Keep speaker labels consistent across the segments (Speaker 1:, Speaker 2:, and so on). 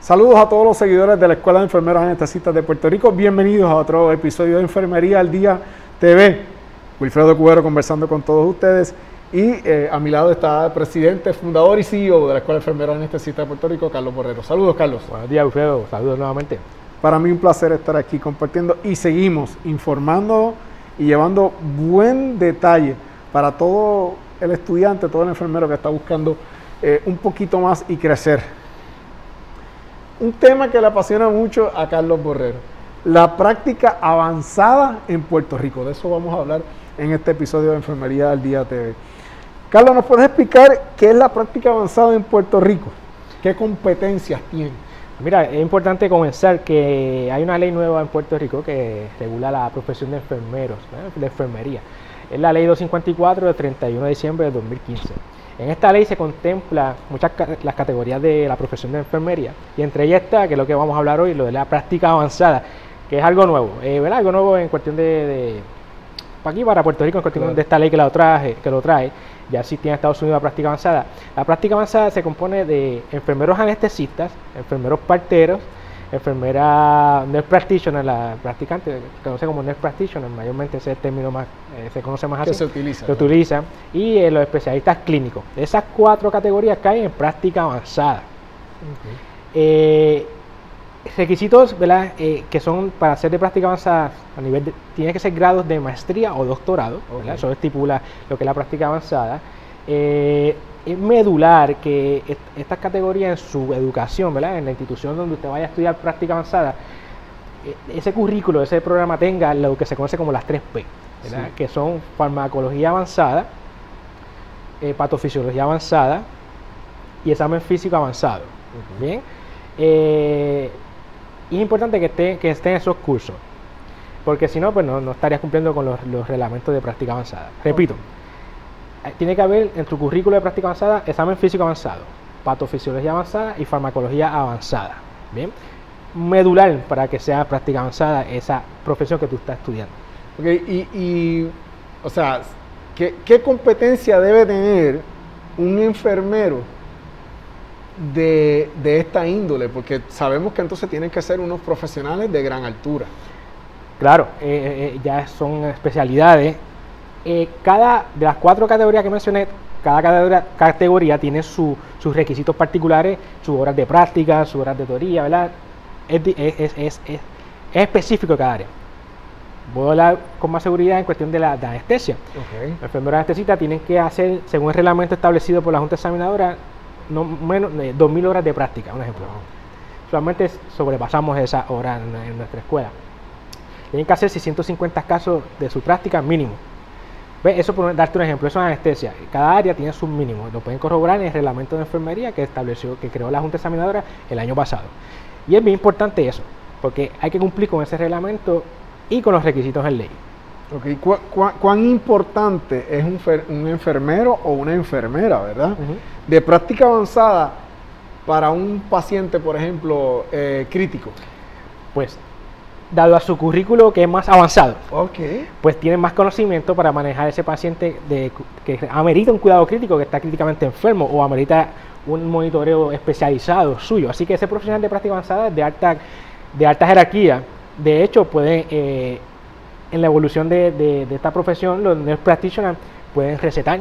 Speaker 1: Saludos a todos los seguidores de la Escuela de Enfermeros Anestesistas de Puerto Rico. Bienvenidos a otro episodio de Enfermería al Día TV. Wilfredo Cubero conversando con todos ustedes. Y a mi lado está el presidente, fundador y CEO de la Escuela de Enfermeros Anestesistas de Puerto Rico, Carlos Borrero. Saludos, Carlos.
Speaker 2: Buenos días, Wilfredo. Saludos nuevamente.
Speaker 1: Para mí un placer estar aquí compartiendo y seguimos informando y llevando buen detalle para todo el estudiante, todo el enfermero que está buscando un poquito más y crecer. Un tema que le apasiona mucho a Carlos Borrero, la práctica avanzada en Puerto Rico. De eso vamos a hablar en este episodio de Enfermería al Día TV. Carlos, ¿nos puedes explicar qué es la práctica avanzada en Puerto Rico? ¿Qué competencias tiene?
Speaker 2: Mira, es importante comenzar que hay una ley nueva en Puerto Rico que regula la profesión de enfermeros, de enfermería. Es la ley 254 del 31 de diciembre de 2015. En esta ley se contempla las categorías de la profesión de enfermería y entre ellas está, que es lo que vamos a hablar hoy, lo de la práctica avanzada, que es algo nuevo, ¿verdad? Algo nuevo en cuestión para aquí, para Puerto Rico, en cuestión de esta ley que lo trae. Ya existía en Estados Unidos la práctica avanzada. La práctica avanzada se compone de enfermeros anestesistas, enfermeros parteros, enfermera nurse practitioner, la practicante, que se conoce como nurse practitioner, mayormente ese es el término más, se conoce más así.
Speaker 1: Se utiliza.
Speaker 2: Se utiliza. Y los especialistas clínicos. Esas 4 categorías caen en práctica avanzada. Requisitos, ¿verdad? Que son para hacer de práctica avanzada a nivel tiene que ser grados de maestría o doctorado, ¿verdad? Eso estipula lo que es la práctica avanzada. Es medular que estas categorías en su educación, ¿verdad? En la institución donde usted vaya a estudiar práctica avanzada, ese currículo, ese programa tenga lo que se conoce como las 3 P, ¿verdad? Sí. Que son farmacología avanzada, patofisiología avanzada y examen físico avanzado. Bien. Y es importante que estén esos cursos, porque si no, pues no estarías cumpliendo con los reglamentos de práctica avanzada. Repito, tiene que haber en tu currículo de práctica avanzada examen físico avanzado, patofisiología avanzada y farmacología avanzada. Bien, medular para que sea práctica avanzada esa profesión que tú estás estudiando.
Speaker 1: Okay, o sea, ¿qué competencia debe tener un enfermero de esta índole? Porque sabemos que entonces tienen que ser unos profesionales de gran altura.
Speaker 2: Claro, ya son especialidades. Cada de las 4 categorías que mencioné, cada categoría tiene sus requisitos particulares, sus horas de práctica, sus horas de teoría, ¿verdad? Es específico de cada área. Voy a hablar con más seguridad en cuestión de anestesia. Okay. Los enfermeros anestesistas tienen que hacer, según el reglamento establecido por la Junta Examinadora, no menos de 2.000 horas de práctica, un ejemplo. Solamente sobrepasamos esa hora en nuestra escuela. Tienen que hacer 650 casos de su práctica mínimo. ¿Ves? Eso por darte un ejemplo, eso es anestesia. Cada área tiene sus mínimos. Lo pueden corroborar en el reglamento de enfermería que creó la Junta Examinadora el año pasado. Y es bien importante eso, porque hay que cumplir con ese reglamento y con los requisitos en ley.
Speaker 1: Okay. ¿Cuán importante es un enfermero o una enfermera, verdad? De práctica avanzada para un paciente, por ejemplo, crítico?
Speaker 2: Pues, dado a su currículo que es más avanzado, pues tiene más conocimiento para manejar ese paciente que amerita un cuidado crítico, que está críticamente enfermo o amerita un monitoreo especializado suyo. Así que ese profesional de práctica avanzada es de alta jerarquía. De hecho, pueden en la evolución de esta profesión, los nurse practitioners pueden recetar,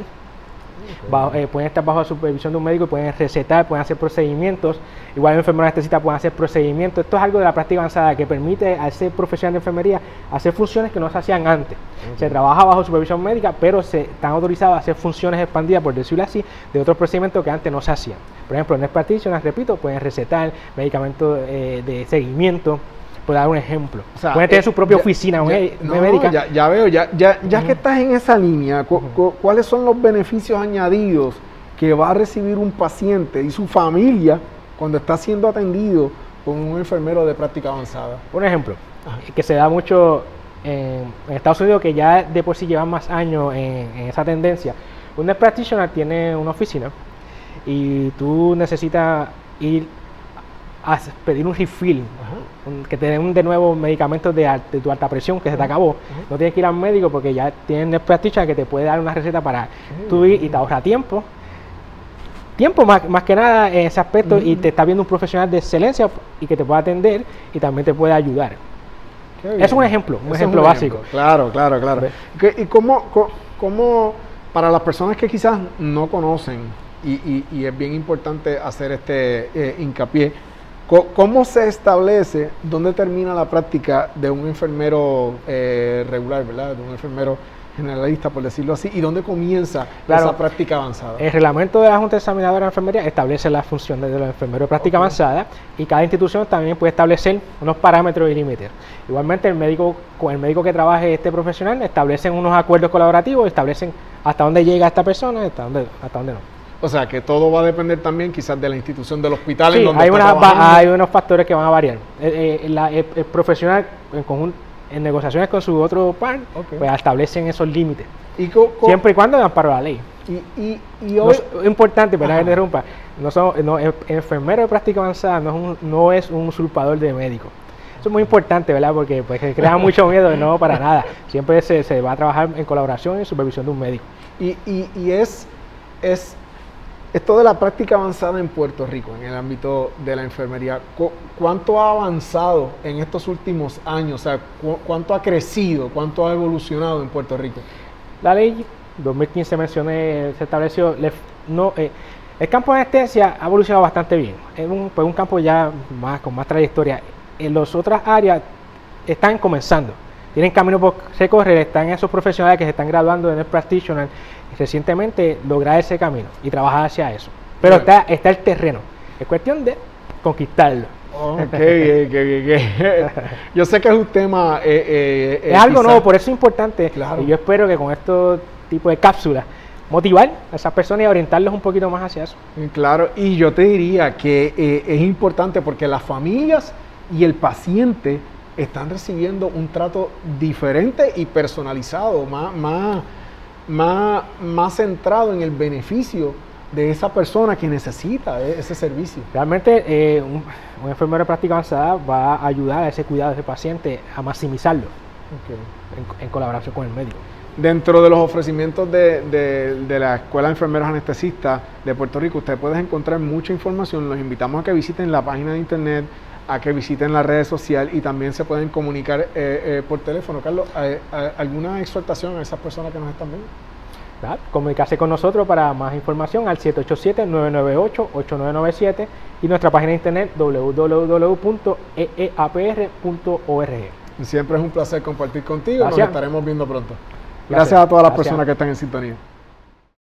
Speaker 2: pueden estar bajo la supervisión de un médico y pueden recetar, pueden hacer procedimientos. Igual los enfermeros anestesistas pueden hacer procedimientos. Esto es algo de la práctica avanzada que permite a ese profesional de enfermería hacer funciones que no se hacían antes. Se trabaja bajo supervisión médica, pero se están autorizados a hacer funciones expandidas, por decirlo así, de otros procedimientos que antes no se hacían. Por ejemplo, nurse practitioners, repito, pueden recetar medicamentos de seguimiento. Por dar un ejemplo, o sea, pueden tener su propia oficina médica.
Speaker 1: Ya veo, ya que estás en esa línea, ¿cuáles son los beneficios añadidos que va a recibir un paciente y su familia cuando está siendo atendido con un enfermero de práctica avanzada?
Speaker 2: Un ejemplo, que se da mucho en Estados Unidos, que ya de por sí llevan más años en esa tendencia. Un nurse practitioner tiene una oficina y tú necesitas ir a pedir un refill, que te den de nuevo medicamentos de tu alta presión que se te acabó. No tienes que ir al médico porque ya tienes nurse practitioner que te puede dar una receta para tú ir y te ahorra tiempo tiempo más que nada en ese aspecto y te está viendo un profesional de excelencia y que te puede atender y también te puede ayudar. Es un ejemplo, básico.
Speaker 1: Claro. ¿Y cómo para las personas que quizás no conocen, y es bien importante hacer este hincapié, cómo se establece dónde termina la práctica de un enfermero regular, ¿verdad? De un enfermero generalista, por decirlo así, y dónde comienza esa práctica avanzada?
Speaker 2: El reglamento de la Junta Examinadora de Enfermería establece las funciones de los enfermeros de práctica avanzada y cada institución también puede establecer unos parámetros y límites. Igualmente con el médico que trabaje este profesional establecen unos acuerdos colaborativos, establecen hasta dónde llega esta persona, hasta dónde no.
Speaker 1: O sea, que todo va a depender también quizás de la institución del hospital.
Speaker 2: Sí,
Speaker 1: en donde
Speaker 2: hay unos factores que van a variar. El profesional en negociaciones con su otro par, pues establecen esos límites. Siempre y cuando dan amparo a la ley.
Speaker 1: Y hoy,
Speaker 2: es importante, perdón que interrumpa, el enfermero de práctica avanzada no es un usurpador de médico. Eso es muy importante, ¿verdad? Porque pues, crea mucho miedo, no para nada. Siempre se va a trabajar en colaboración y supervisión de un médico.
Speaker 1: Y es esto de la práctica avanzada en Puerto Rico, en el ámbito de la enfermería, ¿cuánto ha avanzado en estos últimos años? O sea, ¿cuánto ha crecido, cuánto ha evolucionado en Puerto Rico?
Speaker 2: La ley 2015 mencioné, se estableció, el campo de anestesia ha evolucionado bastante bien. Es un campo ya con más trayectoria. En las otras áreas están comenzando, tienen camino por recorrer, están esos profesionales que se están graduando en el practitioner recientemente lograr ese camino y trabajar hacia eso. Pero está el terreno, es cuestión de conquistarlo.
Speaker 1: Yo sé que es un tema...
Speaker 2: es algo nuevo, por eso es importante. Claro. Y yo espero que con estos tipos de cápsulas motivar a esas personas y orientarlos un poquito más hacia eso.
Speaker 1: Claro, y yo te diría que es importante porque las familias y el paciente están recibiendo un trato diferente y personalizado, más centrado en el beneficio de esa persona que necesita ese servicio.
Speaker 2: Realmente un enfermero de práctica avanzada va a ayudar a ese cuidado de ese paciente a maximizarlo en colaboración con el médico.
Speaker 1: Dentro de los ofrecimientos de la Escuela de Enfermeros Anestesistas de Puerto Rico, ustedes pueden encontrar mucha información. Los invitamos a que visiten la página de internet, a que visiten las redes sociales y también se pueden comunicar por teléfono. Carlos, ¿alguna exhortación a esas personas que nos están viendo?
Speaker 2: Comunicarse con nosotros para más información al 787-998-8997 y nuestra página de internet www.eapr.org.
Speaker 1: Siempre es un placer compartir contigo. Nos estaremos viendo pronto. Gracias a todas las personas que están en sintonía.